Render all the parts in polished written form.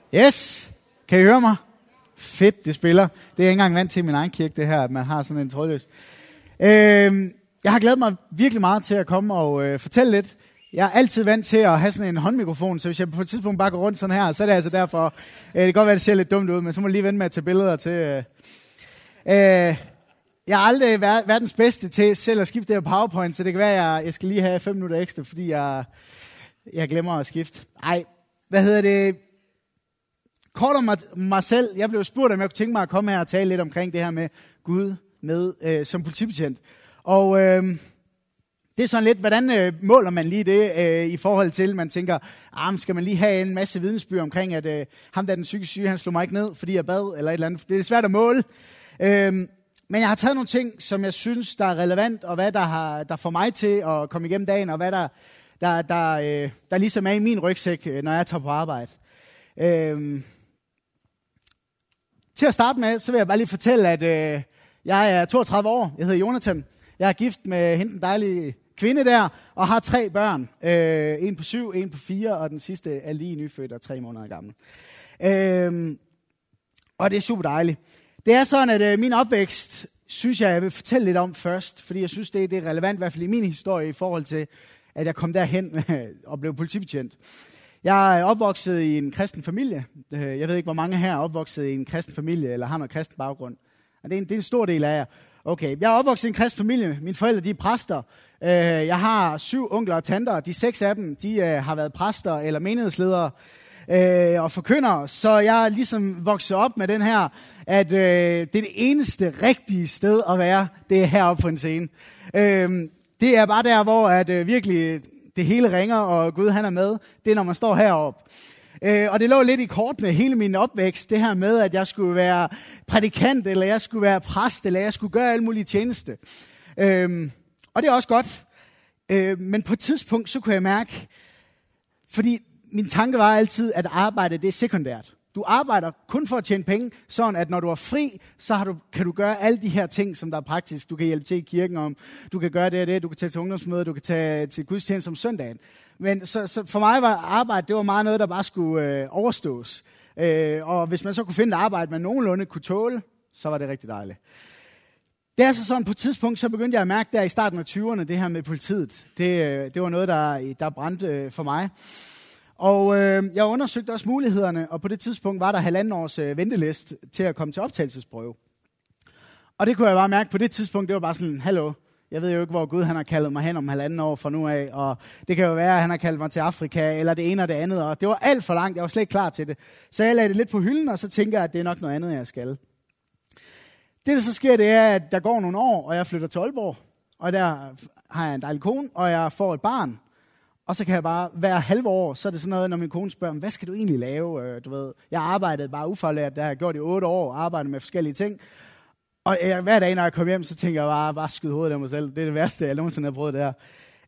Yes, kan I høre mig? Fedt, det spiller. Det er jeg ikke engang vant til i min egen kirke, det her, at man har sådan en trådløs. Jeg har glædet mig virkelig meget til at komme og fortælle lidt. Jeg er altid vant til at have sådan en håndmikrofon, så hvis jeg på et tidspunkt bare går rundt sådan her, så er det altså derfor. Det kan godt være, det ser lidt dumt ud, men så må jeg lige vente med at tage billeder til. Jeg har aldrig været verdens bedste til selv at skifte det her PowerPoint, så det kan være, at jeg skal lige have 5 minutter ekstra, fordi jeg glemmer at skifte. Nej, Kort om mig selv. Jeg blev spurgt, om jeg kunne tænke mig at komme her og tale lidt omkring det her med Gud med som politibetjent. Og det er sådan lidt, hvordan måler man lige det i forhold til, man tænker, skal man lige have en masse vidensbyrd omkring, at ham der er den psykisk syge, han slog mig ikke ned, fordi jeg bad, eller et eller andet. Det er svært at måle. Men jeg har taget nogle ting, som jeg synes, der er relevant, og hvad der får mig til at komme igennem dagen, og hvad der ligesom er i min rygsæk, når jeg tager på arbejde. Til at starte med, så vil jeg bare lige fortælle, at jeg er 32 år. Jeg hedder Jonathan. Jeg er gift med hende, den dejlige kvinde der, og har 3 børn. En på 7, en på 4, og den sidste er lige nyfødt og 3 måneder gammel. Og det er super dejligt. Det er sådan, at min opvækst, synes jeg vil fortælle lidt om først, fordi jeg synes, det er relevant, i hvert fald i min historie, i forhold til, at jeg kom derhen og blev politibetjent. Jeg er opvokset i en kristen familie. Jeg ved ikke, hvor mange her er opvokset i en kristen familie, eller har noget kristen baggrund. Og det er en stor del af jer. Okay, jeg er opvokset i en kristen familie. Mine forældre, de er præster. Jeg har 7 onkler og tanter. De 6 af dem, de har været præster eller menighedsledere og forkyndere. Så jeg er ligesom vokset op med den her, at det er det eneste rigtige sted at være, det er heroppe på en scene. Det er bare der, hvor at virkelig det hele ringer, og Gud han er med. Det er, når man står heroppe. Og det lå lidt i kortene hele min opvækst, det her med, at jeg skulle være prædikant, eller jeg skulle være præst, eller jeg skulle gøre alle mulige tjeneste. Og det er også godt. Men på et tidspunkt, så kunne jeg mærke, fordi min tanke var altid, at arbejde, det er sekundært. Du arbejder kun for at tjene penge, sådan at når du er fri, så kan du gøre alle de her ting, som der er praktisk. Du kan hjælpe til i kirken om, du kan gøre det og det, du kan tage til ungdomsmøder, du kan tage til gudstjeneste om søndagen. Men så for mig var arbejde, det var meget noget, der bare skulle overstås. Og hvis man så kunne finde et arbejde, man nogenlunde kunne tåle, så var det rigtig dejligt. Det er så sådan, på et tidspunkt, så begyndte jeg at mærke der i starten af 20'erne, det her med politiet. Det var noget, der brændte for mig. Og jeg undersøgte også mulighederne, og på det tidspunkt var der 1,5 års ventelist til at komme til optagelsesprøve. Og det kunne jeg bare mærke på det tidspunkt, det var bare sådan, hallo, jeg ved jo ikke, hvor Gud han har kaldet mig hen om 1,5 år fra nu af, og det kan jo være, at han har kaldt mig til Afrika, eller det ene og det andet, og det var alt for langt, jeg var slet ikke klar til det. Så jeg lagde det lidt på hylden, og så tænker jeg, at det er nok noget andet, jeg skal. Det, der så sker, det er, at der går nogle år, og jeg flytter til Aalborg, og der har jeg en dejlig kone, og jeg får et barn. Og så kan jeg bare hver halve år, så er det sådan noget, når min kone spørger, hvad skal du egentlig lave? Du ved, jeg arbejdede bare ufaglært, det har jeg gjort i 8 år, arbejdet med forskellige ting. Og hver dag, når jeg kommer hjem, så tænker jeg bare skyde hovedet af mig selv. Det er det værste, jeg nogensinde har prøvet det her.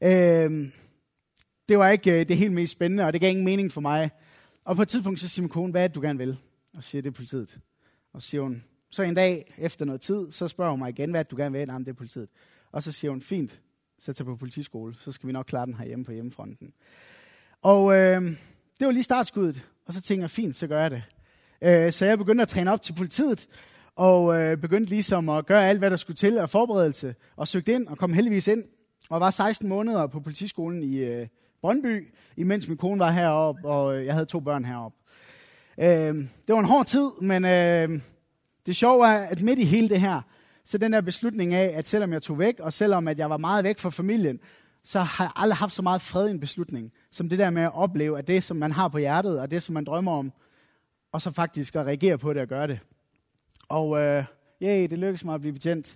Det var ikke det helt mest spændende, og det gav ingen mening for mig. Og på et tidspunkt, så siger min kone, hvad er det, du gerne vil? Og så siger det er politiet. Og så siger hun, så en dag efter noget tid, så spørger hun mig igen, hvad er det, du gerne vil? Nej, det er politiet. Og så siger hun, fint. Så tager på politiskole, så skal vi nok klare den herhjemme på hjemmefronten. Og det var lige startskuddet, og så tænkte jeg, fint, så gør jeg det. Så jeg begyndte at træne op til politiet, og begyndte ligesom at gøre alt, hvad der skulle til af forberedelse, og søgte ind, og kom heldigvis ind, og var 16 måneder på politiskolen i Brøndby, imens min kone var heroppe, og jeg havde 2 børn heroppe. Det var en hård tid, men det sjove er, at midt i hele det her, så den der beslutning af, at selvom jeg tog væk, og selvom at jeg var meget væk fra familien, så har jeg aldrig haft så meget fred i en beslutning, som det der med at opleve, at det, som man har på hjertet, og det, som man drømmer om, og så faktisk at reagere på det og gøre det. Og det lykkedes mig at blive betjent.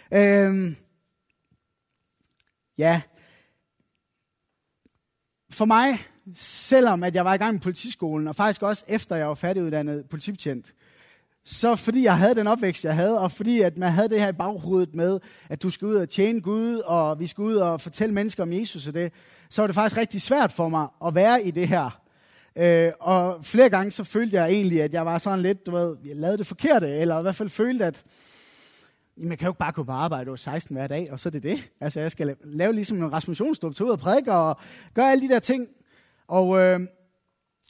For mig, selvom at jeg var i gang med politiskolen, og faktisk også efter jeg var færdiguddannet politibetjent, så fordi jeg havde den opvækst, jeg havde, og fordi at man havde det her i baghovedet med, at du skal ud og tjene Gud, og vi skal ud og fortælle mennesker om Jesus og det, så var det faktisk rigtig svært for mig at være i det her. Og flere gange så følte jeg egentlig, at jeg var sådan lidt, jeg lavede det forkerte, eller i hvert fald følte, at jeg kan jo ikke bare gå på arbejde over 16 hver dag, og så er det det. Altså jeg skal lave ligesom en Rasmus Jonstrup, tage ud og prædike og gøre alle de der ting. Og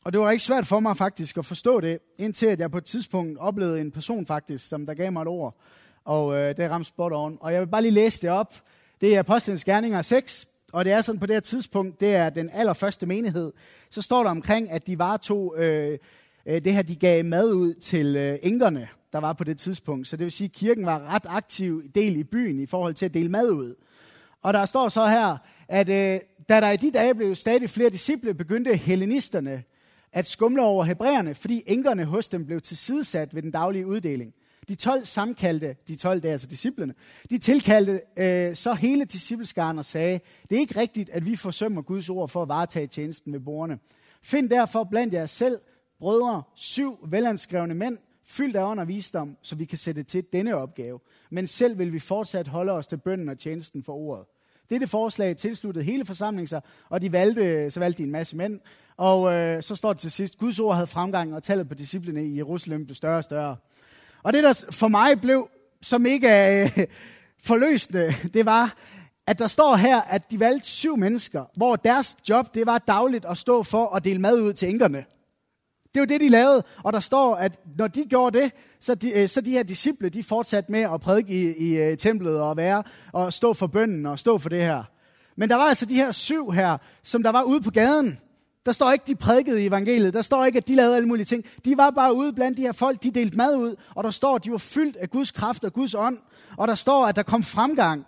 Og det var rigtig svært for mig faktisk at forstå det, indtil at jeg på et tidspunkt oplevede en person faktisk, som der gav mig et ord. Og det ramte spot on. Og jeg vil bare lige læse det op. Det er Apostlenes Gerninger 6, og det er sådan på det her tidspunkt, det er den allerførste menighed. Så står der omkring, at de varetog det her, de gav mad ud til enkerne, der var på det tidspunkt. Så det vil sige, at kirken var ret aktiv del i byen i forhold til at dele mad ud. Og der står så her, at da der i de dage blev stadig flere disciple, begyndte hellenisterne at skumle over hebræerne, fordi enkerne hos dem blev tilsidesat ved den daglige uddeling. De 12 sammenkaldte, de 12 det er altså disciplene, de tilkaldte så hele discipleskaren og sagde, det er ikke rigtigt, at vi forsømmer Guds ord for at varetage tjenesten ved bordene. Find derfor blandt jer selv, brødre, 7 velanskrevne mænd, fyldt af ånd og visdom, så vi kan sætte til denne opgave. Men selv vil vi fortsat holde os til bønnen og tjenesten for ordet. Dette forslag tilsluttede hele forsamlingen sig, og så valgte de en masse mænd. Og så står det til sidst, Guds ord havde fremgang, og tallet på disciplene i Jerusalem blev større og større. Og det, der for mig blev som ikke forløsende, det var, at der står her, at de valgte 7 mennesker, hvor deres job, det var dagligt at stå for at dele mad ud til enkerne. Det var det, de lavede, og der står, at når de gjorde det, så de her disciple, de fortsatte med at prædike i templet og stå for bønnen og stå for det her. Men der var altså de her 7 her, som der var ude på gaden. Der står ikke, de prædikede i evangeliet. Der står ikke, at de lavede alle mulige ting. De var bare ude blandt de her folk, de delte mad ud, og der står, at de var fyldt af Guds kraft og Guds ånd, og der står, at der kom fremgang.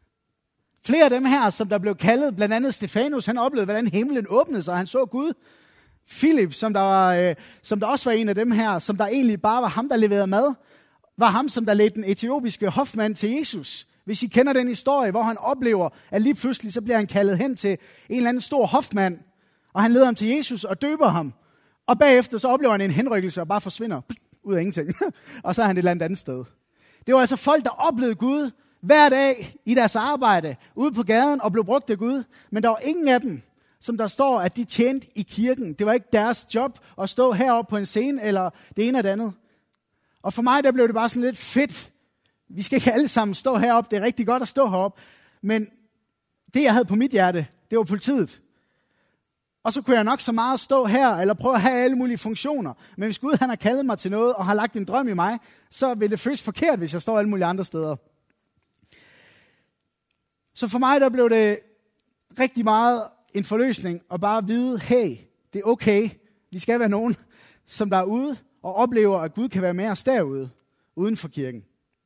Flere af dem her, som der blev kaldet, blandt andet Stefanus, han oplevede, hvordan himlen åbnede sig, og han så Gud. Philip, som der også var en af dem her, som der egentlig bare var ham, der leverede mad, var ham, som der ledte den etiopiske hofmand til Jesus. Hvis I kender den historie, hvor han oplever, at lige pludselig så bliver han kaldet hen til en eller anden stor hofmand, og han leder ham til Jesus og døber ham. Og bagefter så oplever han en henrykkelse og bare forsvinder ud af ingenting. Og så er han et eller andet sted. Det var altså folk, der oplevede Gud hver dag i deres arbejde, ude på gaden og blev brugt af Gud. Men der var ingen af dem, som der står, at de tjente i kirken. Det var ikke deres job at stå heroppe på en scene, eller det ene eller det andet. Og for mig, der blev det bare sådan lidt fedt. Vi skal ikke alle sammen stå heroppe. Det er rigtig godt at stå heroppe. Men det, jeg havde på mit hjerte, det var politiet. Og så kunne jeg nok så meget stå her, eller prøve at have alle mulige funktioner. Men hvis Gud han har kaldet mig til noget, og har lagt en drøm i mig, så vil det føles forkert, hvis jeg står alle mulige andre steder. Så for mig, der blev det rigtig meget en forløsning at bare vide, hey, det er okay. Vi skal være nogen, som der er ude og oplever, at Gud kan være med os derude, uden for kirken.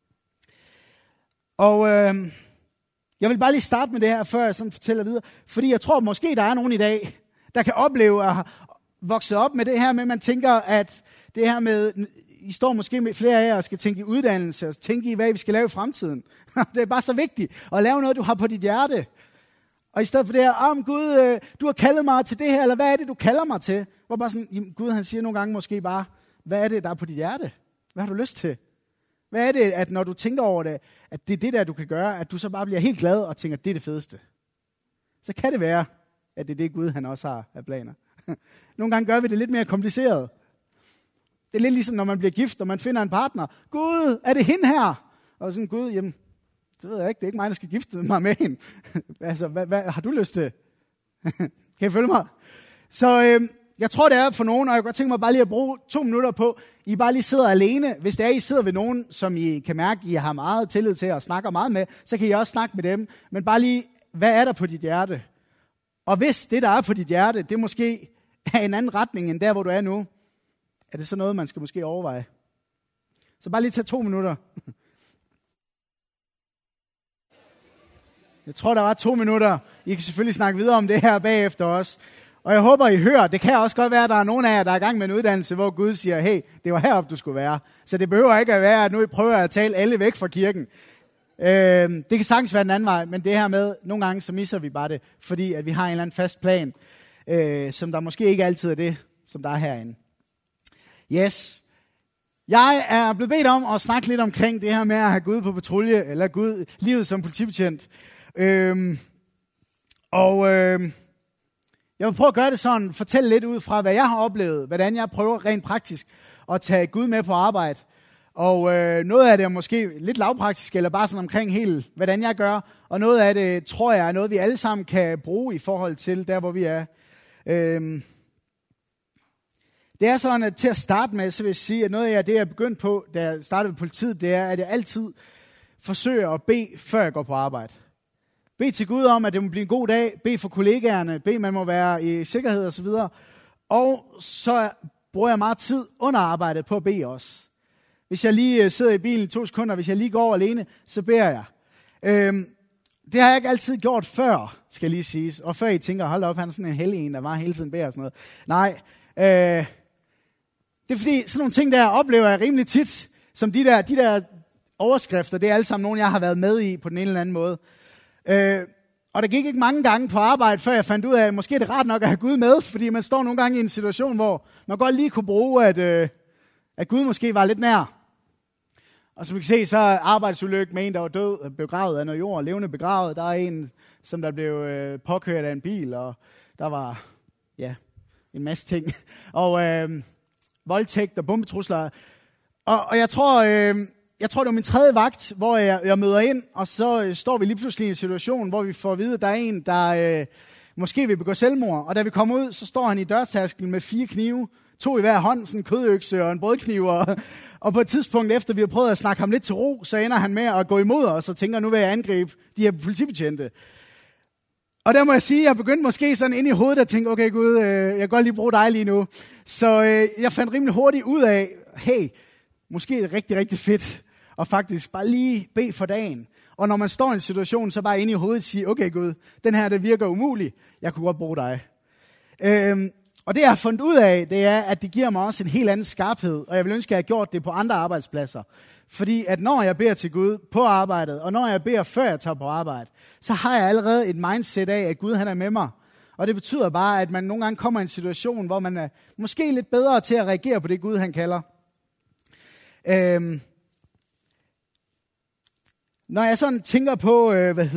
Og jeg vil bare lige starte med det her, før jeg sådan fortæller videre. Fordi jeg tror, måske der er nogen i dag, der kan opleve at have vokset op med det her med, man tænker, at det her med, I står måske med flere af jer og skal tænke i uddannelse, og tænke i, hvad vi skal lave i fremtiden. Det er bare så vigtigt at lave noget, du har på dit hjerte. Og i stedet for det her, Gud, du har kaldet mig til det her, eller hvad er det, du kalder mig til? Hvor bare sådan, Gud han siger nogle gange måske bare, hvad er det, der er på dit hjerte? Hvad har du lyst til? Hvad er det, at når du tænker over det, at det er det der, du kan gøre, at du så bare bliver helt glad og tænker, det er det fedeste? Så kan det være, at det er det, Gud han også har af planer. Nogle gange gør vi det lidt mere kompliceret. Det er lidt ligesom, når man bliver gift, og man finder en partner. Gud, er det hende her? Og sådan, Gud, jamen, det ved jeg ikke, det er ikke mig, der skal gifte mig med hende. Altså, hvad har du lyst til? Kan I følge mig? Så jeg tror, det er for nogen, og jeg kan godt tænke mig bare lige at bruge 2 minutter på, I bare lige sidder alene. Hvis det er, I sidder ved nogen, som I kan mærke, I har meget tillid til og snakker meget med, så kan I også snakke med dem. Men bare lige, hvad er der på dit hjerte? Og hvis det, der er på dit hjerte, det måske er en anden retning, end der, hvor du er nu, er det så noget, man skal måske overveje? Så bare lige tage 2 minutter. Jeg tror, der var 2 minutter. I kan selvfølgelig snakke videre om det her bagefter også. Og jeg håber, I hører. Det kan også godt være, at der er nogen af jer, der er i gang med en uddannelse, hvor Gud siger, hey, det var heroppe, du skulle være. Så det behøver ikke at være, at nu I prøver at tale alle væk fra kirken. Det kan sagtens være den anden vej, men det her med, nogle gange så misser vi bare det, fordi at vi har en eller anden fast plan, som der måske ikke altid er det, som der er herinde. Yes. Jeg er blevet bedt om at snakke lidt omkring det her med at have Gud på patrulje, eller livet som politibetjent. Jeg vil prøve at gøre det sådan, fortælle lidt ud fra, hvad jeg har oplevet, hvordan jeg prøver rent praktisk at tage Gud med på arbejde. Og noget af det er måske lidt lavpraktisk, eller bare sådan omkring helt, hvordan jeg gør. Og noget af det, tror jeg, er noget, vi alle sammen kan bruge i forhold til der, hvor vi er. Det er sådan, at til at starte med, så vil jeg sige, at noget af det, jeg begyndte på, da jeg startede på politiet, det er, at jeg altid forsøger at bede, før jeg går på arbejde. Bed til Gud om, at det må blive en god dag. Bed for kollegaerne. Bed, man må være i sikkerhed osv. Og så bruger jeg meget tid under arbejdet på at bede også. Hvis jeg lige sidder i bilen 2 sekunder, hvis jeg lige går alene, så beder jeg. Det har jeg ikke altid gjort før, skal lige siges. Og før I tænker, hold op, han er sådan en hellig en, der bare hele tiden beder og sådan noget. Nej, det er fordi, sådan nogle ting der oplever jeg rimelig tit, som de der overskrifter, det er alle sammen nogle, jeg har været med i på den ene eller anden måde. Og der gik ikke mange gange på arbejde, før jeg fandt ud af, at måske er det rart nok at have Gud med, fordi man står nogle gange i en situation, hvor man godt lige kunne bruge, at Gud måske var lidt nær. Og som I kan se, så er arbejdsulykke med en, der var død, begravet af noget jord, levende begravet. Der er en, som der blev påkørt af en bil, og der var en masse ting. Og voldtægt og bombetrusler. Og jeg tror, det var min 3. vagt, hvor jeg møder ind, og så står vi lige pludselig i en situation, hvor vi får at vide, at der er en, der måske vil begå selvmord. Og da vi kommer ud, så står han i dørtasken med 4 knive, 2 i hver hånd, sådan en kødøkse og en brødkniv. Og på et tidspunkt, efter vi har prøvet at snakke ham lidt til ro, så ender han med at gå imod os og tænker, nu vil jeg angribe de her politibetjente. Og der må jeg sige, at jeg begyndte måske sådan ind i hovedet at tænke, okay Gud, jeg kan godt lige bruge dig lige nu. Så jeg fandt rimelig hurtigt ud af, hey, måske er det rigtig, rigtig fedt at faktisk bare lige bede for dagen. Og når man står i en situation, så bare ind i hovedet sige, okay Gud, den her, det virker umulig, jeg kunne godt bruge dig. Og det jeg har fundet ud af, det er, at det giver mig også en helt anden skarphed, og jeg vil ønske, at jeg har gjort det på andre arbejdspladser. Fordi at når jeg beder til Gud på arbejdet, og når jeg beder før jeg tager på arbejde, så har jeg allerede et mindset af, at Gud han er med mig. Og det betyder bare, at man nogle gange kommer i en situation, hvor man er måske lidt bedre til at reagere på det Gud han kalder. Når jeg sådan tænker på,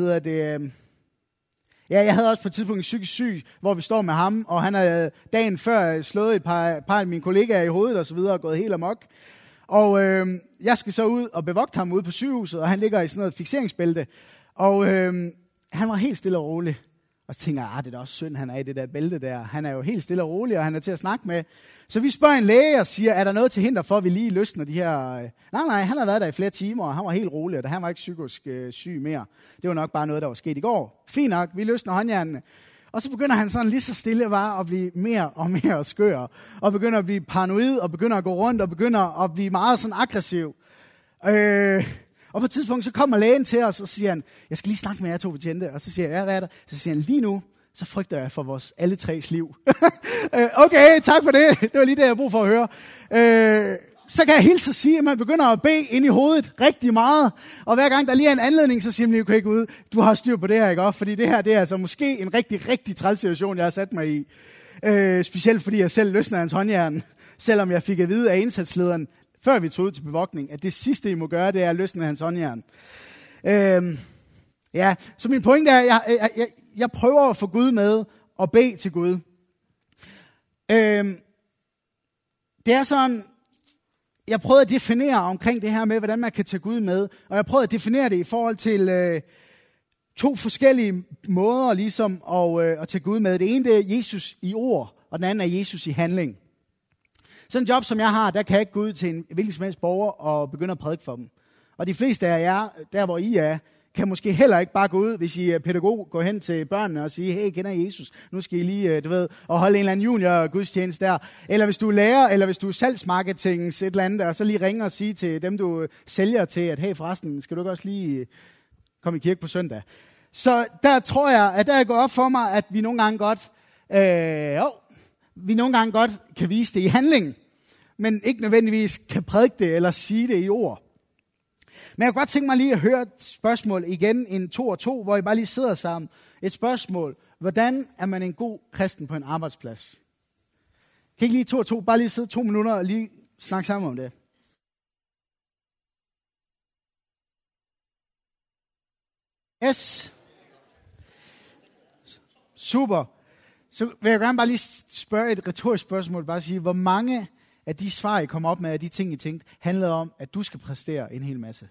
jeg havde også på et tidspunkt en psykisk syg, hvor vi står med ham, og han havde dagen før slået et par af mine kollegaer i hovedet og så videre, og gået helt amok. Og jeg skal så ud og bevogte ham ude på sygehuset, og han ligger i sådan noget fikseringsbælte. Og han var helt stille og rolig. Og så tænker jeg, det er da også synd, han er i det der bælte der. Han er jo helt stille og rolig, og han er til at snakke med. Så vi spørger en læge og siger, er der noget til hinder for, at vi lige løsner de her... Nej, han har været der i flere timer, og han var helt rolig, og han var ikke psykisk syg mere. Det var nok bare noget, der var sket i går. Fint nok, vi løsner håndjernene. Og så begynder han sådan lige så stille bare at blive mere og mere skør, og begynder at blive paranoid, og begynder at gå rundt, og begynder at blive meget sådan aggressiv. Og på et tidspunkt, så kommer lægen til os, og siger han, jeg skal lige snakke med jer 2 betjente. Og så siger jeg, ja, hvad er der? Så siger han, lige nu, så frygter jeg for vores alle 3's liv. Okay, tak for det. Det var lige det, jeg brug for at høre. Så kan jeg hilse at sige, at man begynder at bede ind i hovedet rigtig meget. Og hver gang der lige er en anledning, så siger man, okay Gud, du har styr på det her, ikke også? Fordi det her, det er altså måske en rigtig, rigtig træls situation, jeg har sat mig i. Specielt fordi jeg selv løsner hans håndjern. Selvom jeg fik at vide af indsatslederen, før vi tog ud til bevogtning, at det sidste, I må gøre, det er at løsne hans håndjern. Så min pointe er, jeg prøver at få Gud med og bede til Gud. Det er sådan, jeg prøvede at definere omkring det her med, hvordan man kan tage Gud med. Og jeg prøvede at definere det i forhold til 2 forskellige måder ligesom at tage Gud med. Det ene det er Jesus i ord, og den anden er Jesus i handling. Sådan en job, som jeg har, der kan jeg ikke gå ud til en hvilken som helst borger og begynde at prædike for dem. Og de fleste af jer, der hvor I er, kan måske heller ikke bare gå ud, hvis I er pædagog, gå hen til børnene og sige, hey, kender I Jesus? Nu skal I lige, og holde en eller anden junior-gudstjeneste der. Eller hvis du er lærer, eller hvis du er salgsmarketings et eller andet, og så lige ringe og sige til dem, du sælger til, at hey, forresten, skal du ikke også lige komme i kirke på søndag? Så der tror jeg, at der går op for mig, at vi nogle gange godt kan vise det i handling, men ikke nødvendigvis kan prædike det eller sige det i ord. Men jeg kunne godt tænke mig lige at høre et spørgsmål igen, en 2 og 2, hvor I bare lige sidder sammen. Et spørgsmål. Hvordan er man en god kristen på en arbejdsplads? Kan ikke lige 2 og 2, bare lige sidde 2 minutter og lige snakke sammen om det? Yes. Super. Så vil jeg gerne bare lige spørge et retorisk spørgsmål. Bare sige, hvor mange af de svar, I kom op med, af de ting, I tænkte, handlede om, at du skal præstere en hel masse?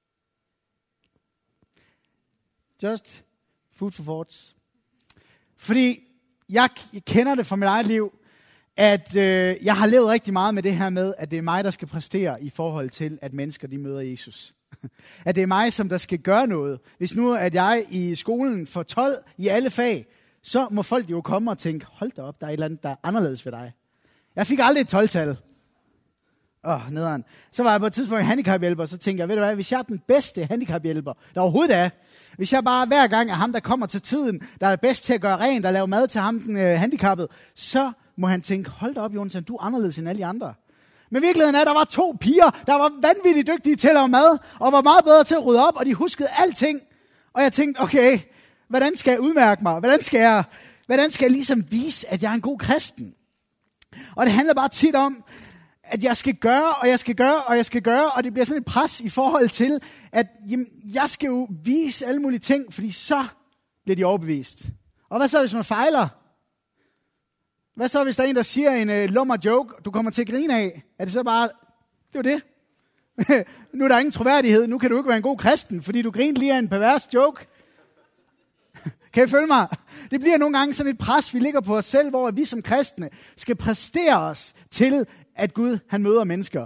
Just food for thoughts. Fordi jeg kender det fra mit eget liv, at jeg har levet rigtig meget med det her med, at det er mig, der skal præstere i forhold til, at mennesker de møder Jesus. At det er mig, som der skal gøre noget. Hvis nu at jeg i skolen får 12 i alle fag, så må folk jo komme og tænke, hold da op, der er et eller andet, der er anderledes ved dig. Jeg fik aldrig et 12-tal. Nederen. Så var jeg på et tidspunkt handicaphjælper, så tænkte jeg, ved du hvad, hvis jeg er den bedste handicaphjælper, der overhovedet er, hvis jeg bare hver gang er ham, der kommer til tiden, der er bedst til at gøre rent og lave mad til ham, den handicappede, så må han tænke, hold da op, Jonathan, du er anderledes end alle de andre. Men virkeligheden er, at der var 2 piger, der var vanvittigt dygtige til at lave mad, og var meget bedre til at rydde op, og de huskede alting. Og jeg tænkte, okay, hvordan skal jeg udmærke mig? Hvordan skal jeg ligesom vise, at jeg er en god kristen? Og det handler bare tit om, at jeg skal gøre, og det bliver sådan et pres i forhold til, at jamen, jeg skal jo vise alle mulige ting, fordi så bliver de overbevist. Og hvad så, hvis man fejler? Hvad så, hvis der er en, der siger en lummer joke, du kommer til at grine af? Er det så bare, det er det. Nu er der ingen troværdighed, nu kan du ikke være en god kristen, fordi du griner lige af en pervers joke. Kan I følge mig? Det bliver nogle gange sådan et pres, vi ligger på os selv, hvor vi som kristne skal præstere os til, at Gud han møder mennesker.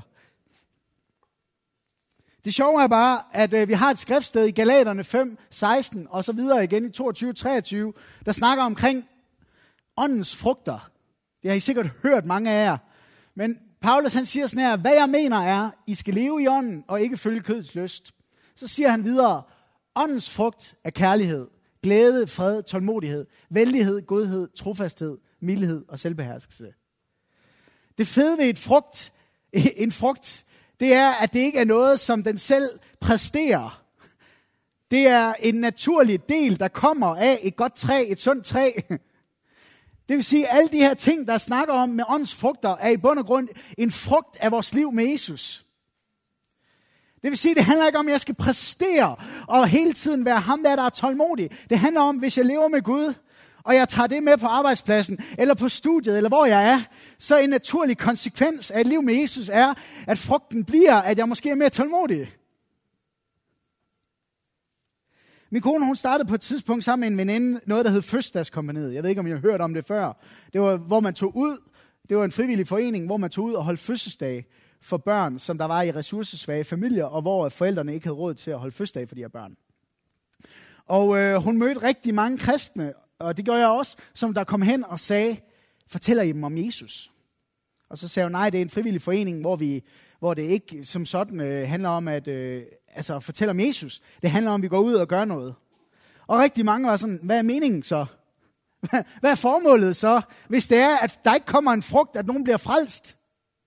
Det sjove er bare, at vi har et skriftsted i Galaterne 5, 16 og så videre igen i 22, 23, der snakker omkring åndens frugter. Det har I sikkert hørt mange af jer. Men Paulus han siger sådan her, hvad jeg mener er, I skal leve i ånden og ikke følge kødets lyst. Så siger han videre, åndens frugt er kærlighed, glæde, fred, tålmodighed, venlighed, godhed, trofasthed, mildhed og selvbeherskelse. Det fede ved en frugt, det er, at det ikke er noget, som den selv præsterer. Det er en naturlig del, der kommer af et godt træ, et sundt træ. Det vil sige, at alle de her ting, der snakker om med åndens frugter, er i bund og grund en frugt af vores liv med Jesus. Det vil sige, at det handler ikke om, at jeg skal præstere og hele tiden være ham, der er tålmodig. Det handler om, hvis jeg lever med Gud, og jeg tager det med på arbejdspladsen, eller på studiet, eller hvor jeg er, så en naturlig konsekvens af et liv med Jesus er, at frugten bliver, at jeg måske er mere tålmodig. Min kone, hun startede på et tidspunkt sammen med en veninde, noget der hed Fødselsdagskompagniet. Jeg ved ikke, om I har hørt om det før. Det var, hvor man tog ud, det var en frivillig forening, hvor man tog ud og holdt fødselsdag for børn, som der var i ressourcesvage familier, og hvor forældrene ikke havde råd til at holde fødselsdag for de her børn. Og hun mødte rigtig mange kristne, og det gjorde jeg også, som der kom hen og sagde, fortæller I dem om Jesus? Og så sagde hun, nej, det er en frivillig forening, hvor det ikke som sådan handler om at fortælle om Jesus. Det handler om, at vi går ud og gør noget. Og rigtig mange var sådan, hvad er meningen så? Hvad er formålet så, hvis det er, at der ikke kommer en frugt, at nogen bliver frelst?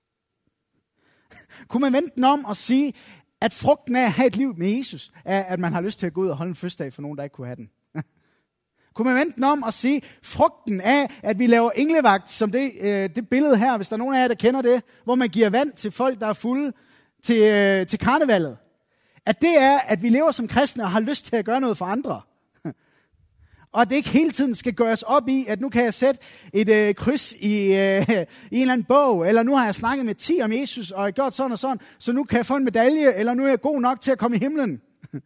Kunne man vente den om og sige, at frugten af at have et liv med Jesus, er, at man har lyst til at gå ud og holde en fødselsdag for nogen, der ikke kunne have den? Kunne man vente den om og sige, frugten af, at vi laver englevagt, som det billede her, hvis der er nogen af jer, der kender det, hvor man giver vand til folk, der er fulde til karnevalet, at det er, at vi lever som kristne og har lyst til at gøre noget for andre. Og at det ikke hele tiden skal gøres op i, at nu kan jeg sætte et kryds i en eller anden bog, eller nu har jeg snakket med 10 om Jesus, og gjort sådan og sådan, så nu kan jeg få en medalje, eller nu er jeg god nok til at komme i himlen.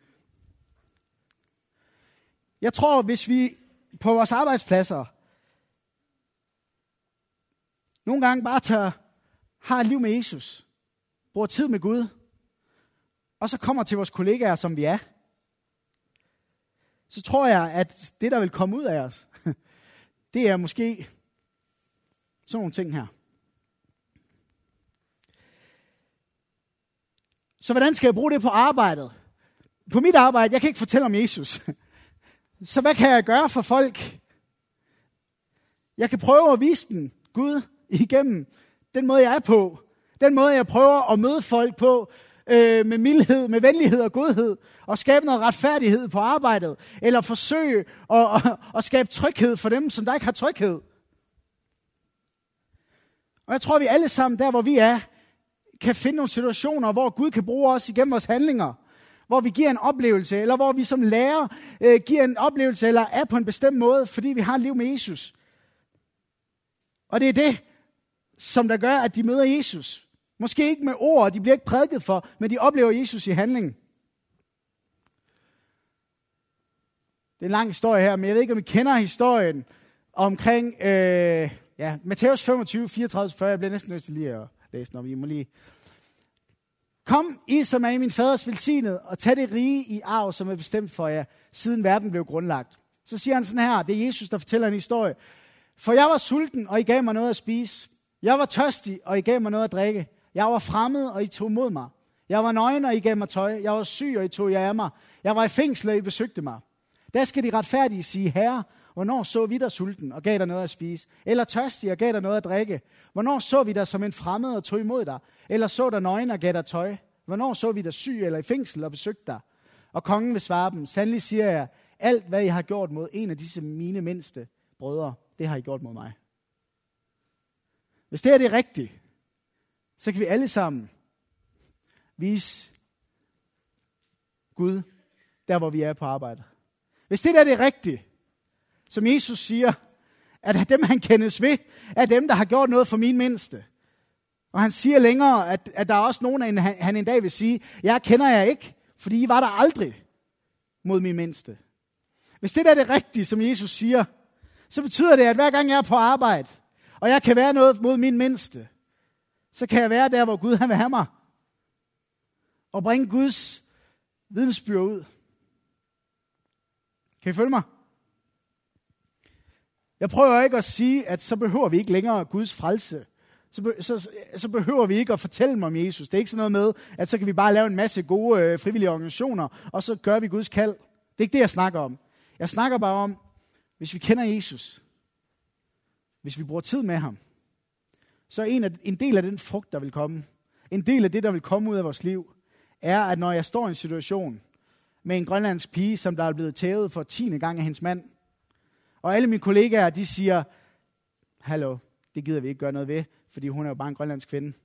Jeg tror, hvis vi på vores arbejdspladser nogle gange bare har et liv med Jesus, bruger tid med Gud, og så kommer til vores kollegaer, som vi er, så tror jeg, at det, der vil komme ud af os, det er måske sådan nogle ting her. Så hvordan skal jeg bruge det på arbejdet? På mit arbejde, jeg kan ikke fortælle om Jesus. Så hvad kan jeg gøre for folk? Jeg kan prøve at vise dem Gud igennem den måde, jeg er på. Den måde, jeg prøver at møde folk på, med mildhed, med venlighed og godhed, og skabe noget retfærdighed på arbejdet, eller forsøge at skabe tryghed for dem, som der ikke har tryghed. Og jeg tror, vi alle sammen, der hvor vi er, kan finde nogle situationer, hvor Gud kan bruge os igennem vores handlinger, hvor vi giver en oplevelse, eller hvor vi som lærer giver en oplevelse, eller er på en bestemt måde, fordi vi har et liv med Jesus. Og det er det, som der gør, at de møder Jesus. Måske ikke med ord, de bliver ikke prædiket for, men de oplever Jesus i handling. Det er en lang historie her, men jeg ved ikke, om I kender historien omkring, Matthæus 25, 34-40, jeg bliver næsten nødt til lige at læse den op. I må lige. Kom, I som er i min faders velsignet, og tag det rige i arv, som er bestemt for jer, siden verden blev grundlagt. Så siger han sådan her, det er Jesus, der fortæller en historie. For jeg var sulten, og I gav mig noget at spise. Jeg var tørstig, og I gav mig noget at drikke. Jeg var fremmed, og I tog mod mig. Jeg var nøgen, og I gav mig tøj. Jeg var syg, og I tog jer af mig. Jeg var i fængsel, og I besøgte mig. Der skal de retfærdige sige, Herre, hvornår så vi dig sulten, og gav dig noget at spise? Eller tørstig, og gav dig noget at drikke? Hvornår så vi dig som en fremmed, og tog imod dig? Eller så dig nøgen, og gav dig tøj? Hvornår så vi dig syg, eller i fængsel, og besøgte dig? Og kongen vil svare dem, sandelig siger jeg, alt hvad I har gjort mod en af disse mine mindste brødre, det har I gjort mod mig. Hvis det er det rigtigt, så kan vi alle sammen vise Gud, der hvor vi er på arbejde. Hvis det der er det rigtigt, som Jesus siger, at dem han kendes ved, er dem, der har gjort noget for min mindste. Og han siger længere, at der er også nogen, han en dag vil sige, jeg kender jer ikke, fordi I var der aldrig mod min mindste. Hvis det der er det rigtige, som Jesus siger, så betyder det, at hver gang jeg er på arbejde, og jeg kan være noget mod min mindste, så kan jeg være der, hvor Gud han vil have mig. Og bringe Guds vidnesbyrd ud. Kan I følge mig? Jeg prøver ikke at sige, at så behøver vi ikke længere Guds frelse. Så behøver vi ikke at fortælle dem om Jesus. Det er ikke sådan noget med, at så kan vi bare lave en masse gode frivillige organisationer, og så gør vi Guds kald. Det er ikke det, jeg snakker om. Jeg snakker bare om, hvis vi kender Jesus, hvis vi bruger tid med ham, så er en del af den frugt, der vil komme, en del af det, der vil komme ud af vores liv, er, at når jeg står i en situation med en grønlandsk pige, som der er blevet tævet for 10. gang af hendes mand, og alle mine kollegaer, de siger, hallo, det gider vi ikke gøre noget ved, fordi hun er jo bare en grønlandsk kvinde.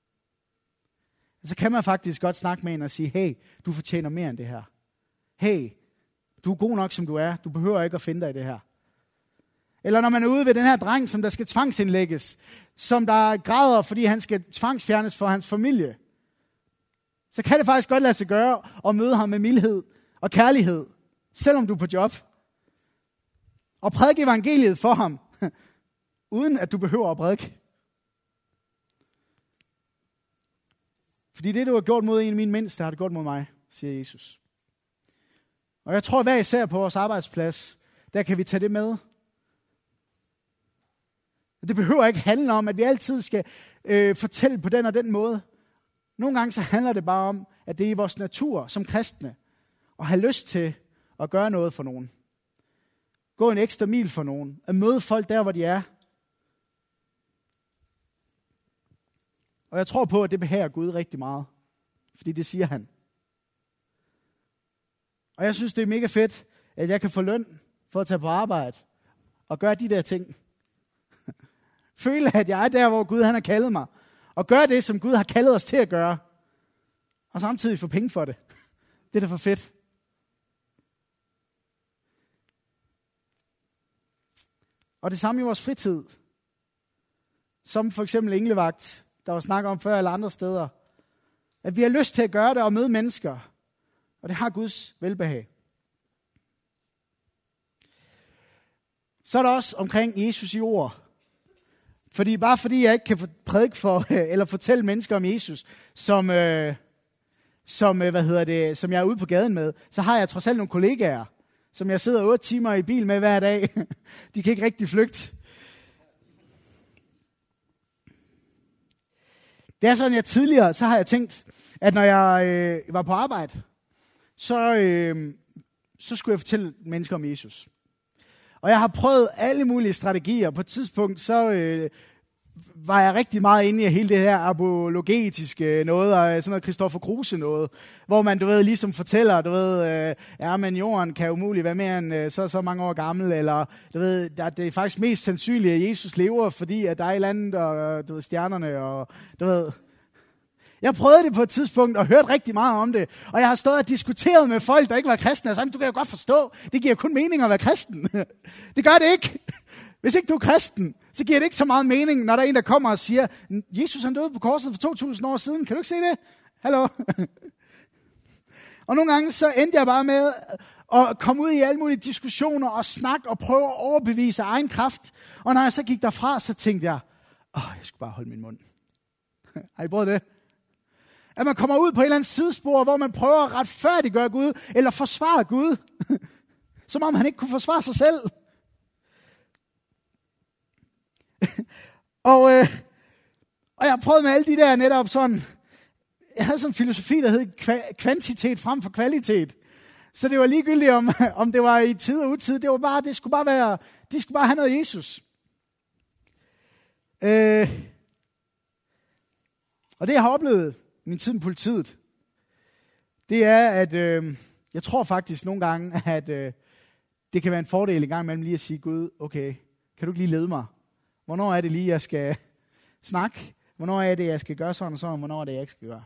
Så kan man faktisk godt snakke med hende og sige, hey, du fortjener mere end det her. Hey, du er god nok, som du er. Du behøver ikke at finde dig i det her. Eller når man er ude ved den her dreng, som der skal tvangsindlægges, som der græder, fordi han skal tvangsfjernes for hans familie, så kan det faktisk godt lade sig gøre at møde ham med mildhed og kærlighed, selvom du er på job. Og prædike evangeliet for ham, uden at du behøver at prædike. Fordi det, du har gjort mod en af mine mindste, har det gjort mod mig, siger Jesus. Og jeg tror, hver især på vores arbejdsplads, der kan vi tage det med. Det behøver ikke handle om, at vi altid skal fortælle på den og den måde. Nogle gange så handler det bare om, at det er i vores natur som kristne, at have lyst til at gøre noget for nogen. Gå en ekstra mil for nogen. At møde folk der, hvor de er. Og jeg tror på, at det behager Gud rigtig meget. Fordi det siger han. Og jeg synes, det er mega fedt, at jeg kan få løn for at tage på arbejde og gøre de der ting. Føle, at jeg er der, hvor Gud han har kaldet mig. Og gøre det, som Gud har kaldet os til at gøre. Og samtidig få penge for det. Det er da for fedt. Og det samme i vores fritid. Som for eksempel englevagt, der var snakket om før eller andre steder. At vi har lyst til at gøre det og møde mennesker. Og det har Guds velbehag. Så er der også omkring Jesus i ord. Fordi jeg ikke kan prædike for eller fortælle mennesker om Jesus, som jeg er ude på gaden med, så har jeg trods alt nogle kollegaer, som jeg sidder 8 timer i bil med hver dag. De kan ikke rigtig flygte. Det er sådan, at tidligere, så har jeg tænkt, at når jeg var på arbejde, så skulle jeg fortælle mennesker om Jesus. Og jeg har prøvet alle mulige strategier. På et tidspunkt, så var jeg rigtig meget inde i hele det her apologetiske noget, og sådan noget Christoffer Kruse noget, hvor man, ligesom fortæller, men jorden kan umuligt være mere end så mange år gammel, eller det er faktisk mest sandsynligt, at Jesus lever, fordi at der er et eller andet, og stjernerne, og Jeg prøvede det på et tidspunkt og hørte rigtig meget om det, og jeg har stået og diskuteret med folk, der ikke var kristne, og sagt, du kan jo godt forstå, det giver kun mening at være kristen. Det gør det ikke. Hvis ikke du er kristen, så giver det ikke så meget mening, når der er en, der kommer og siger, Jesus han døde på korset for 2000 år siden, kan du ikke se det? Hallo? Og nogle gange så endte jeg bare med og komme ud i alle mulige diskussioner og snakke og prøve at overbevise egen kraft. Og når jeg så gik derfra, så tænkte jeg, jeg skulle bare holde min mund. Har I prøvet det? At man kommer ud på et eller andet sidespor, hvor man prøver at retfærdiggøre Gud, eller forsvare Gud, som om han ikke kunne forsvare sig selv. og jeg prøvede med alle de der netop sådan, jeg havde sådan en filosofi, der hed kvantitet frem for kvalitet. Så det var ligegyldigt, om det var i tid og utid. Det skulle bare have noget Jesus. Og det, jeg har oplevet i min tid med politiet, det er, at jeg tror faktisk nogle gange, at det kan være en fordel en gang imellem lige at sige, Gud, okay, kan du ikke lige lede mig? Hvornår er det lige, jeg skal snakke? Hvornår er det, jeg skal gøre sådan og sådan? Hvornår er det, jeg ikke skal gøre?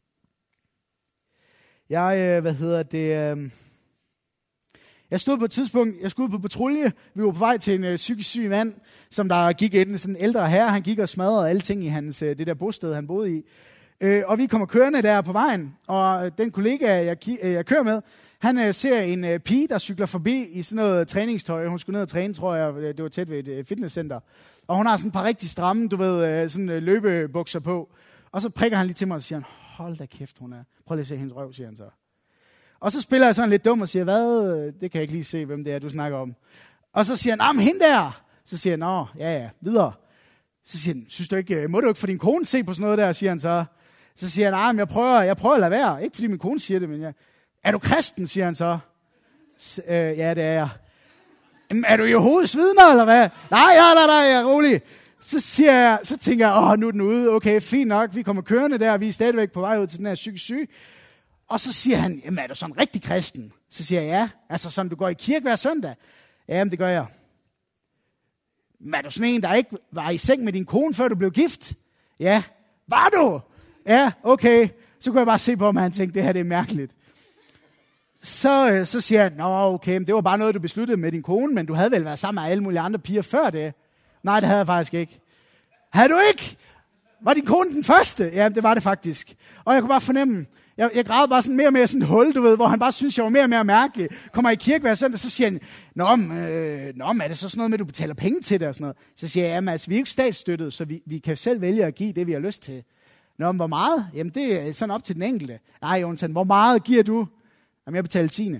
Jeg stod på et tidspunkt, jeg skulle ud på patrulje. Vi var på vej til en psykisk syg mand, som der gik ind, sådan en ældre herre. Han gik og smadrede alle ting i det der bosted, han boede i. Og vi kommer kørende der på vejen, og den kollega, jeg kører med, han ser en pige, der cykler forbi i sådan noget træningstøj. Hun skulle ned og træne, tror jeg. Det var tæt ved et fitnesscenter. Og hun har sådan et par rigtig stramme, sådan løbebukser på. Og så prikker han lige til mig og siger, hold da kæft, hun er. Prøv lige at se hendes røv, siger han så. Og så spiller jeg sådan lidt dum og siger, hvad? Det kan jeg ikke lige se, hvem det er, du snakker om. Og så siger han, men hende der. Så siger han, ja, videre. Så siger han, synes du ikke, må du ikke for din kone se på sådan noget der, siger han så. Så siger han, men jeg prøver at lade være. Ikke fordi min kone siger det, men er du kristen, siger han så. Ja, det er jeg. Er du Jehovas vidner, eller hvad? Nej, jeg er rolig. Så tænker jeg, nu er den ude. Okay, fint nok, vi kommer kørende der, vi er stadigvæk på vej ud til den her psykisk syge. Og så siger han, jamen er du sådan rigtig kristen? Så siger jeg, ja. Altså sådan, du går i kirke hver søndag? Jamen, det gør jeg. Men er du sådan en, der ikke var i seng med din kone, før du blev gift? Ja. Var du? Ja, okay. Så kunne jeg bare se på ham, og han tænkte, det her det er mærkeligt. Så siger jeg, okay, men det var bare noget, du besluttede med din kone, men du havde vel været sammen med alle mulige andre piger før det? Nej, det havde jeg faktisk ikke. Havde du ikke? Var din kone den første? Ja, det var det faktisk. Og jeg kunne bare fornemme, jeg gravede bare sådan mere og mere sådan et hul, du ved, hvor han bare synes, jeg var mere og mere mærkelig. Kommer i kirke hver søndag, så siger han, er det så sådan noget med, at du betaler penge til det og sådan noget? Så siger jeg, altså, vi er ikke statsstøttet, så vi kan selv vælge at give det, vi har lyst til. Men hvor meget? Jamen, det er sådan op til den enkelte. Nej, Jonathan, hvor meget giver du? Jamen, jeg betaler 10%.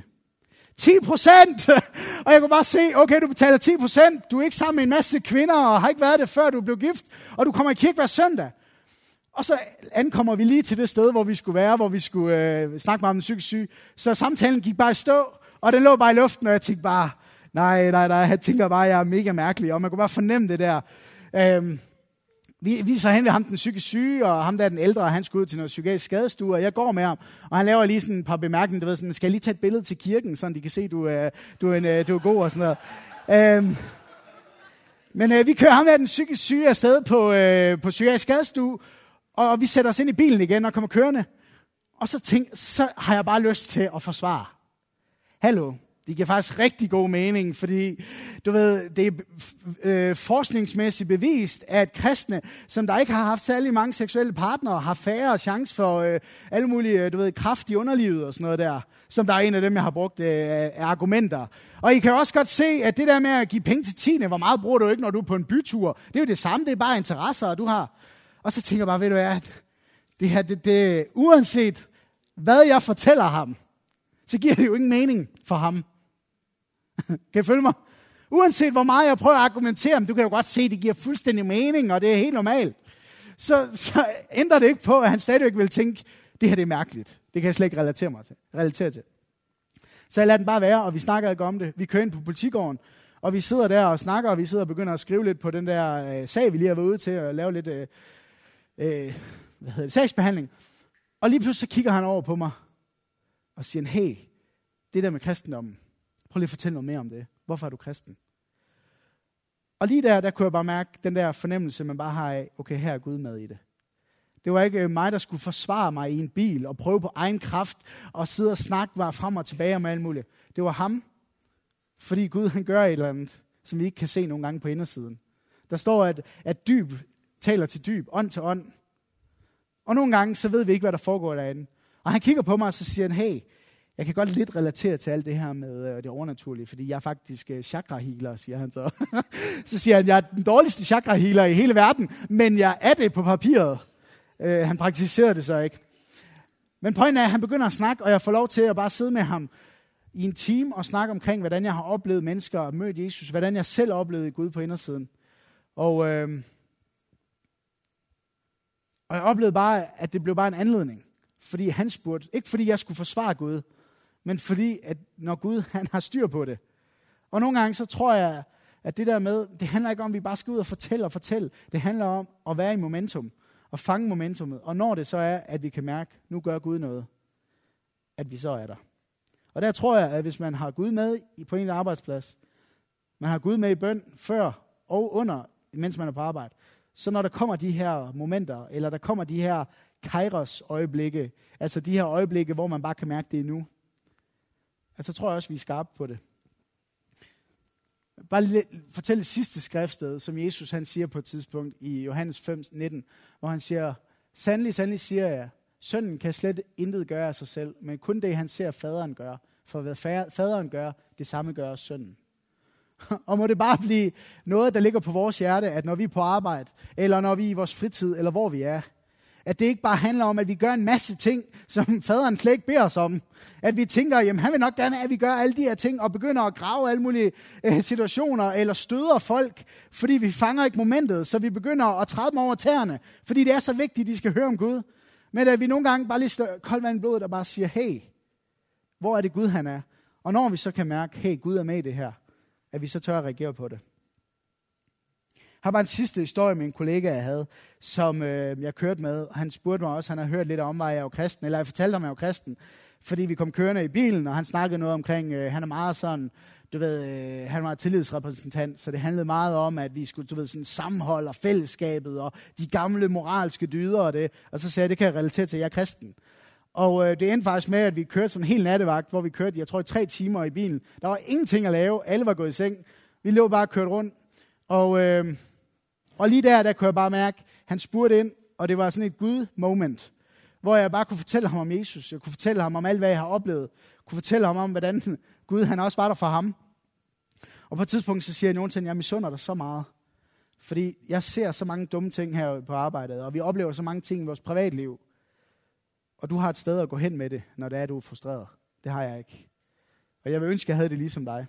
10%! Og jeg kunne bare se, okay, du betaler 10%, du er ikke sammen med en masse kvinder, og har ikke været det, før du blev gift, og du kommer i kirke hver søndag. Og så ankommer vi lige til det sted, hvor vi skulle være, hvor vi skulle snakke med om den psykisk syge. Så samtalen gik bare i stå, og den lå bare i luften, og jeg tænkte bare, nej, jeg tænker bare, jeg er mega mærkelig, og man kunne bare fornemme det der. Vi så hen ved ham, den psykisk syge, og ham der den ældre, han skulle ud til noget psykiatrisk skadestue, og jeg går med ham, og han laver lige sådan et par bemærkninger, du ved sådan, skal jeg lige tage et billede til kirken, så de kan se, du er god og sådan noget. Men vi kører ham med den psykisk syge afsted på psykiatrisk skadestue, og vi sætter os ind i bilen igen og kommer kørende, og så har jeg bare lyst til at forsvare. Hallo. Det giver faktisk rigtig god mening, fordi du ved, det er forskningsmæssigt bevist, at kristne, som der ikke har haft særlig mange seksuelle partnere, har færre chance for alle mulige, kræft i underlivet og sådan noget der, som der er en af dem, jeg har brugt argumenter. Og I kan også godt se, at det der med at give penge til 10, hvor meget bruger du ikke, når du er på en bytur? Det er jo det samme, det er bare interesser, du har. Og så tænker jeg bare, ved du hvad, det her, det uanset hvad jeg fortæller ham, så giver det jo ingen mening for ham. Kan I følge mig? Uanset hvor meget jeg prøver at argumentere, men du kan jo godt se, at det giver fuldstændig mening, og det er helt normalt. Så ændrer det ikke på, at han stadigvæk vil tænke, det her det er mærkeligt. Det kan jeg slet ikke relatere til. Så jeg lader den bare være, og vi snakker ikke om det. Vi kører ind på politigården, og vi sidder der og snakker, og vi sidder og begynder at skrive lidt på den der sag, vi lige har været ude til, at lave lidt sagsbehandling. Og lige pludselig så kigger han over på mig, og siger, hey, det der med kristendommen, prøv lige at fortælle noget mere om det. Hvorfor er du kristen? Og lige der kunne jeg bare mærke den der fornemmelse, man bare har af, okay, her er Gud med i det. Det var ikke mig, der skulle forsvare mig i en bil og prøve på egen kraft og sidde og snakke bare frem og tilbage om alt muligt. Det var ham, fordi Gud han gør et eller andet, som vi ikke kan se nogle gange på indersiden. Der står, at dyb taler til dyb, ånd til ånd. Og nogle gange, så ved vi ikke, hvad der foregår derinde. Og han kigger på mig, og så siger han, hey, Jeg kan godt lidt relatere til alt det her med det overnaturlige, fordi jeg er faktisk chakra-healer, siger han så. Så siger han, jeg er den dårligste chakra-healer i hele verden, men jeg er det på papiret. Han praktiserer det så ikke. Men pointen er, at han begynder at snakke, og jeg får lov til at bare sidde med ham i en time og snakke omkring, hvordan jeg har oplevet mennesker og mødt Jesus, hvordan jeg selv oplevede Gud på indersiden. Og jeg oplevede bare, at det blev bare en anledning. Fordi han spurgte, ikke fordi jeg skulle forsvare Gud, men fordi, at når Gud han har styr på det. Og nogle gange så tror jeg, at det der med, det handler ikke om, at vi bare skal ud og fortælle. Det handler om at være i momentum, og fange momentummet. Og når det så er, at vi kan mærke, nu gør Gud noget, at vi så er der. Og der tror jeg, at hvis man har Gud med på en arbejdsplads, man har Gud med i bøn før og under, mens man er på arbejde, så når der kommer de her momenter, eller der kommer de her kairos-øjeblikke, altså de her øjeblikke, hvor man bare kan mærke, det er nu, altså tror jeg også, vi er skarpe på det. Bare lige fortælle det sidste skriftsted, som Jesus han siger på et tidspunkt i Johannes 5:19, hvor han siger, sandelig, sandelig siger jeg, sønnen kan slet intet gøre af sig selv, men kun det, han ser faderen gøre. For hvad faderen gør, det samme gør sønnen. Og må det bare blive noget, der ligger på vores hjerte, at når vi er på arbejde, eller når vi er i vores fritid, eller hvor vi er, at det ikke bare handler om, at vi gør en masse ting, som faderen slet ikke beder os om. At vi tænker, jamen han vil nok gerne, at vi gør alle de her ting, og begynder at grave alle mulige situationer, eller støder folk, fordi vi fanger ikke momentet, så vi begynder at træde dem over tæerne, fordi det er så vigtigt, at de skal høre om Gud. Men at vi nogle gange bare lige slår koldt vand i blodet, og bare siger, hey, hvor er det Gud han er? Og når vi så kan mærke, hey, Gud er med i det her, at vi så tør at reagere på det. Jeg har bare en sidste historie med en kollega, jeg havde, som jeg kørte med. Han spurgte mig også, han har hørt lidt om, at jeg er kristen, eller jeg fortalte ham, at jeg er kristen, fordi vi kom kørende i bilen, og han snakkede noget omkring, han er meget sådan, han var tillidsrepræsentant, så det handlede meget om, at vi skulle, sådan sammenhold og fællesskabet, og de gamle moralske dyder og det. Og så sagde jeg, det kan jeg relatere til, at jeg er kristen. Og det endte faktisk med, at vi kørte sådan en hel nattevagt, hvor vi kørte, jeg tror, i 3 timer i bilen. Der var ingenting at lave, alle var gået i seng. Vi lå bare og kørte rundt. Og lige der kunne jeg bare mærke, han spurgte ind, og det var sådan et Gud-moment, hvor jeg bare kunne fortælle ham om Jesus. Jeg kunne fortælle ham om alt, hvad jeg har oplevet. Jeg kunne fortælle ham om, hvordan Gud han også var der for ham. Og på et tidspunkt så siger jeg nogensinde, jeg misunder dig så meget. Fordi jeg ser så mange dumme ting her på arbejdet, og vi oplever så mange ting i vores privatliv. Og du har et sted at gå hen med det, når det er, du er frustreret. Det har jeg ikke. Og jeg vil ønske, at jeg havde det ligesom dig.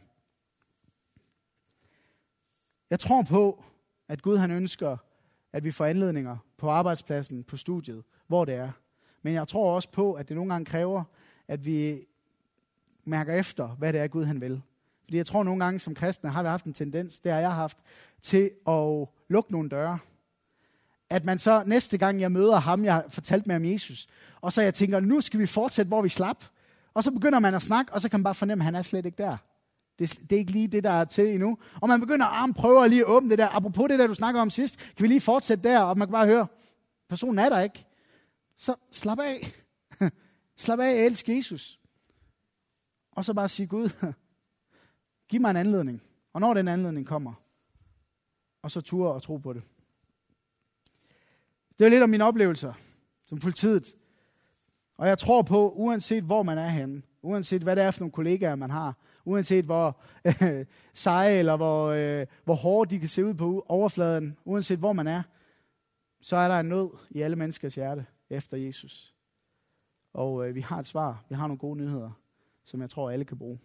Jeg tror på, at Gud han ønsker, at vi får anledninger på arbejdspladsen, på studiet, hvor det er. Men jeg tror også på, at det nogle gange kræver, at vi mærker efter, hvad det er, Gud han vil. Fordi jeg tror nogle gange som kristne har vi haft en tendens, det har jeg haft, til at lukke nogle døre. At man så næste gang jeg møder ham, jeg har fortalt med om Jesus, og så jeg tænker, nu skal vi fortsætte, hvor vi slap. Og så begynder man at snakke, og så kan man bare fornemme, at han er slet ikke der. Det er ikke lige det, der er til endnu. Og man begynder at prøve at lige åbne det der. Apropos det der, du snakker om sidst, kan vi lige fortsætte der, og man kan bare høre, personen er der ikke. Så slap af. Slap af, elsk Jesus. Og så bare sige, Gud, giv mig en anledning. Og når den anledning kommer, og så ture og tro på det. Det er lidt om mine oplevelser som politiet. Og jeg tror på, uanset hvor man er henne, uanset hvad det er for nogle kollegaer, man har, uanset hvor seje eller hvor hårde de kan se ud på overfladen, uanset hvor man er, så er der en nød i alle menneskers hjerte efter Jesus. Og vi har et svar. Vi har nogle gode nyheder, som jeg tror, alle kan bruge.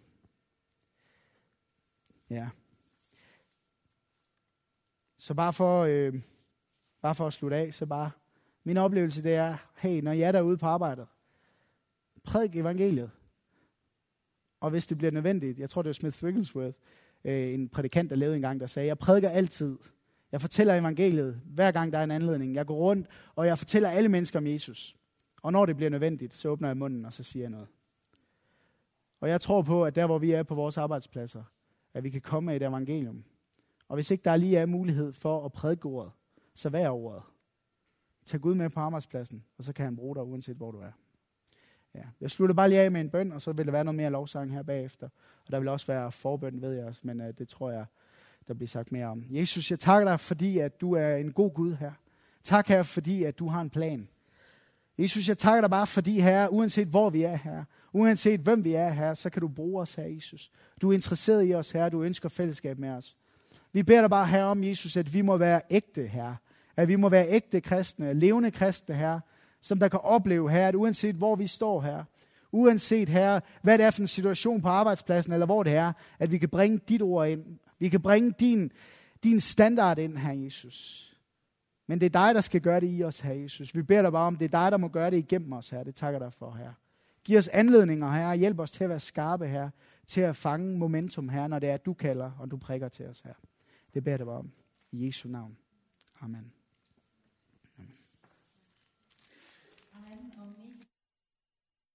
Ja. Så bare for at slutte af, så bare, min oplevelse det er, hey, når jeg er derude på arbejdet, prædik evangeliet. Og hvis det bliver nødvendigt, jeg tror det var Smith Wigglesworth, en prædikant, der levede engang, der sagde, jeg prædiker altid. Jeg fortæller evangeliet, hver gang der er en anledning. Jeg går rundt, og jeg fortæller alle mennesker om Jesus. Og når det bliver nødvendigt, så åbner jeg munden, og så siger jeg noget. Og jeg tror på, at der hvor vi er på vores arbejdspladser, at vi kan komme med et evangelium. Og hvis ikke der lige er mulighed for at prædike ordet, så vær ordet. Tag Gud med på arbejdspladsen, og så kan han bruge dig, uanset hvor du er. Ja. Jeg slutter bare lige af med en bøn, og så vil der være noget mere lovsang her bagefter. Og der vil også være forbøn, ved jeg også, men det tror jeg, der bliver sagt mere om. Jesus, jeg takker dig, fordi at du er en god Gud her. Tak her, fordi at du har en plan. Jesus, jeg takker dig bare fordi, Herre, uanset hvor vi er, Herre, uanset hvem vi er, Herre, så kan du bruge os, Herre Jesus. Du er interesseret i os, Herre, du ønsker fællesskab med os. Vi beder dig bare, Herre, om, Jesus, at vi må være ægte, Herre. At vi må være ægte kristne, levende kristne, Herre, som der kan opleve, Herre, at uanset hvor vi står, Herre, uanset, Herre, hvad det er for en situation på arbejdspladsen, eller hvor det er, at vi kan bringe dit ord ind. Vi kan bringe din standard ind, Herre Jesus. Men det er dig, der skal gøre det i os, Herre Jesus. Vi beder dig bare om, det er dig, der må gøre det igennem os, Herre. Det takker dig for, Herre. Giv os anledninger, Herre. Hjælp os til at være skarpe, Herre. Til at fange momentum, Herre, når det er, at du kalder, og du prikker til os, Herre. Det beder jeg dig bare om. I Jesu navn. Amen.